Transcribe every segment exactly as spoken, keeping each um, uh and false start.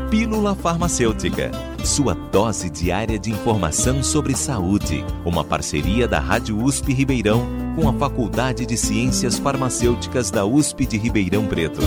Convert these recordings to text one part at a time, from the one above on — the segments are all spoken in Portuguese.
Pílula Farmacêutica, sua dose diária de informação sobre saúde. Uma parceria da Rádio U S P Ribeirão com a Faculdade de Ciências Farmacêuticas da U S P de Ribeirão Preto.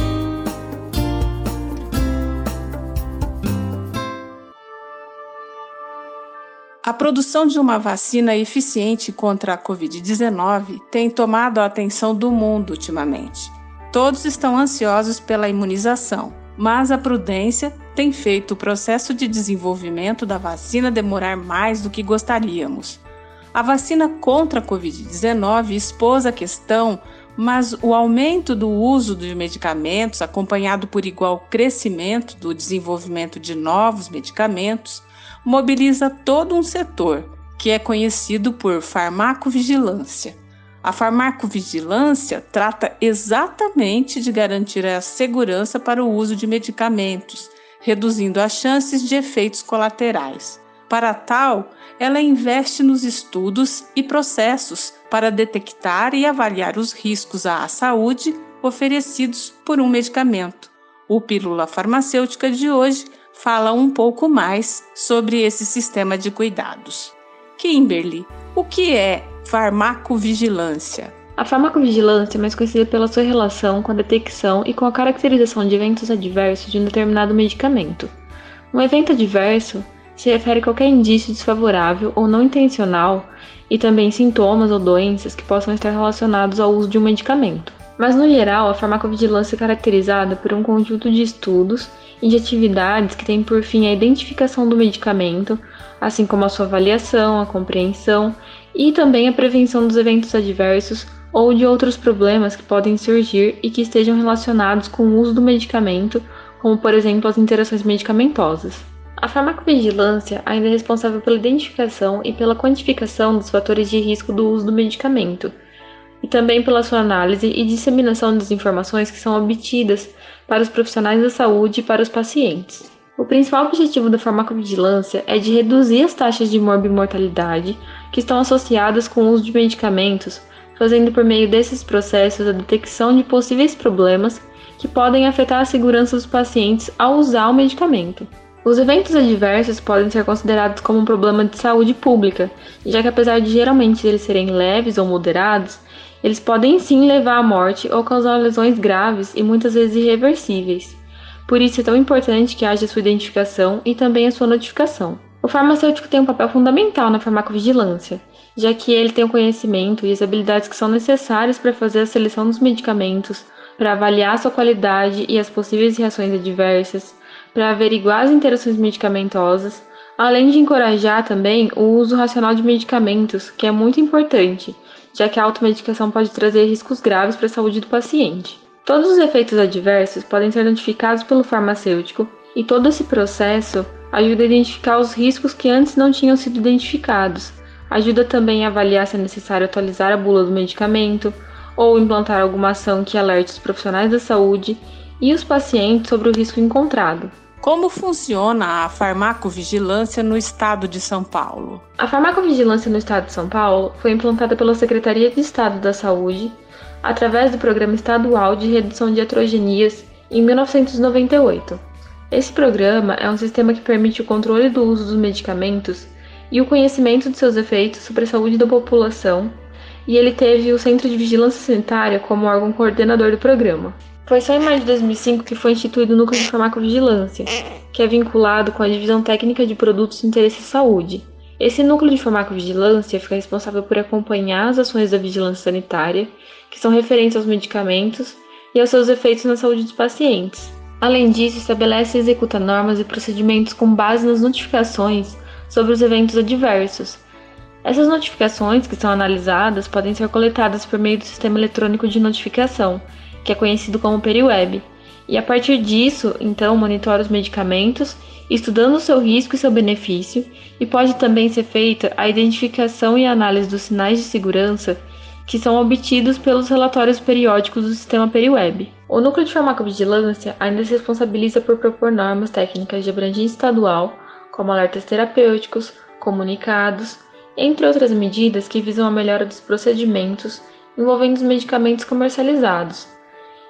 A produção de uma vacina eficiente contra a covid dezenove tem tomado a atenção do mundo ultimamente. Todos estão ansiosos pela imunização, mas a prudência tem feito o processo de desenvolvimento da vacina demorar mais do que gostaríamos. A vacina contra a covid dezenove expôs a questão, mas o aumento do uso de medicamentos, acompanhado por igual crescimento do desenvolvimento de novos medicamentos, mobiliza todo um setor, que é conhecido por farmacovigilância. A farmacovigilância trata exatamente de garantir a segurança para o uso de medicamentos, reduzindo as chances de efeitos colaterais. Para tal, ela investe nos estudos e processos para detectar e avaliar os riscos à saúde oferecidos por um medicamento. O Pílula Farmacêutica de hoje fala um pouco mais sobre esse sistema de cuidados. Kimberly, o que é farmacovigilância? A farmacovigilância é mais conhecida pela sua relação com a detecção e com a caracterização de eventos adversos de um determinado medicamento. Um evento adverso se refere a qualquer indício desfavorável ou não intencional e também sintomas ou doenças que possam estar relacionados ao uso de um medicamento. Mas, no geral, a farmacovigilância é caracterizada por um conjunto de estudos e de atividades que têm por fim a identificação do medicamento, assim como a sua avaliação, a compreensão e também a prevenção dos eventos adversos ou de outros problemas que podem surgir e que estejam relacionados com o uso do medicamento, como, por exemplo, as interações medicamentosas. A farmacovigilância ainda é responsável pela identificação e pela quantificação dos fatores de risco do uso do medicamento, e também pela sua análise e disseminação das informações que são obtidas para os profissionais da saúde e para os pacientes. O principal objetivo da farmacovigilância é de reduzir as taxas de morbimortalidade que estão associadas com o uso de medicamentos, fazendo por meio desses processos a detecção de possíveis problemas que podem afetar a segurança dos pacientes ao usar o medicamento. Os eventos adversos podem ser considerados como um problema de saúde pública, já que apesar de geralmente eles serem leves ou moderados, eles podem sim levar à morte ou causar lesões graves e muitas vezes irreversíveis. Por isso é tão importante que haja sua identificação e também a sua notificação. O farmacêutico tem um papel fundamental na farmacovigilância, já que ele tem o conhecimento e as habilidades que são necessárias para fazer a seleção dos medicamentos, para avaliar sua qualidade e as possíveis reações adversas, para averiguar as interações medicamentosas, além de encorajar também o uso racional de medicamentos, que é muito importante, já que a automedicação pode trazer riscos graves para a saúde do paciente. Todos os efeitos adversos podem ser notificados pelo farmacêutico e todo esse processo ajuda a identificar os riscos que antes não tinham sido identificados, ajuda também a avaliar se é necessário atualizar a bula do medicamento ou implantar alguma ação que alerte os profissionais da saúde e os pacientes sobre o risco encontrado. Como funciona a farmacovigilância no estado de São Paulo? A farmacovigilância no estado de São Paulo foi implantada pela Secretaria de Estado da Saúde através do Programa Estadual de Redução de Iatrogenias em mil novecentos e noventa e oito. Esse programa é um sistema que permite o controle do uso dos medicamentos e o conhecimento de seus efeitos sobre a saúde da população, e ele teve o Centro de Vigilância Sanitária como órgão coordenador do programa. Foi só em maio de dois mil e cinco que foi instituído o Núcleo de Farmacovigilância, que é vinculado com a Divisão Técnica de Produtos de Interesse à Saúde. Esse núcleo de farmacovigilância fica responsável por acompanhar as ações da vigilância sanitária, que são referentes aos medicamentos e aos seus efeitos na saúde dos pacientes. Além disso, estabelece e executa normas e procedimentos com base nas notificações sobre os eventos adversos. Essas notificações, que são analisadas, podem ser coletadas por meio do Sistema Eletrônico de Notificação, que é conhecido como PeriWeb, e a partir disso, então, monitora os medicamentos, estudando o seu risco e seu benefício, e pode também ser feita a identificação e análise dos sinais de segurança que são obtidos pelos relatórios periódicos do sistema PeriWeb. O Núcleo de Farmacovigilância ainda se responsabiliza por propor normas técnicas de abrangência estadual, como alertas terapêuticos, comunicados, entre outras medidas que visam a melhora dos procedimentos envolvendo os medicamentos comercializados.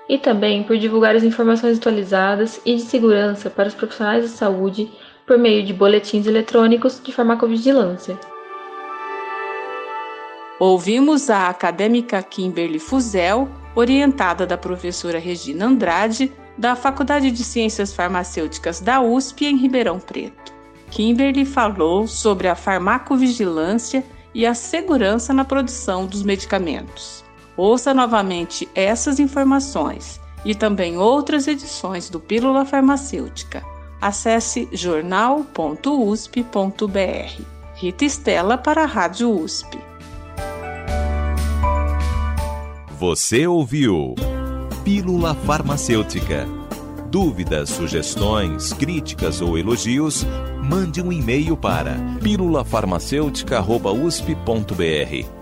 e também por divulgar as informações atualizadas e de segurança para os profissionais de saúde por meio de boletins eletrônicos de farmacovigilância. Ouvimos a acadêmica Kimberly Fuzel, orientada da professora Regina Andrade, da Faculdade de Ciências Farmacêuticas da U S P em Ribeirão Preto. Kimberly falou sobre a farmacovigilância e a segurança na produção dos medicamentos. Ouça novamente essas informações e também outras edições do Pílula Farmacêutica. Acesse jornal ponto u s p ponto b r. Rita Estela para a Rádio U S P. Você ouviu Pílula Farmacêutica. Dúvidas, sugestões, críticas ou elogios, mande um e-mail para pílula farmacêutica arroba u s p ponto b r.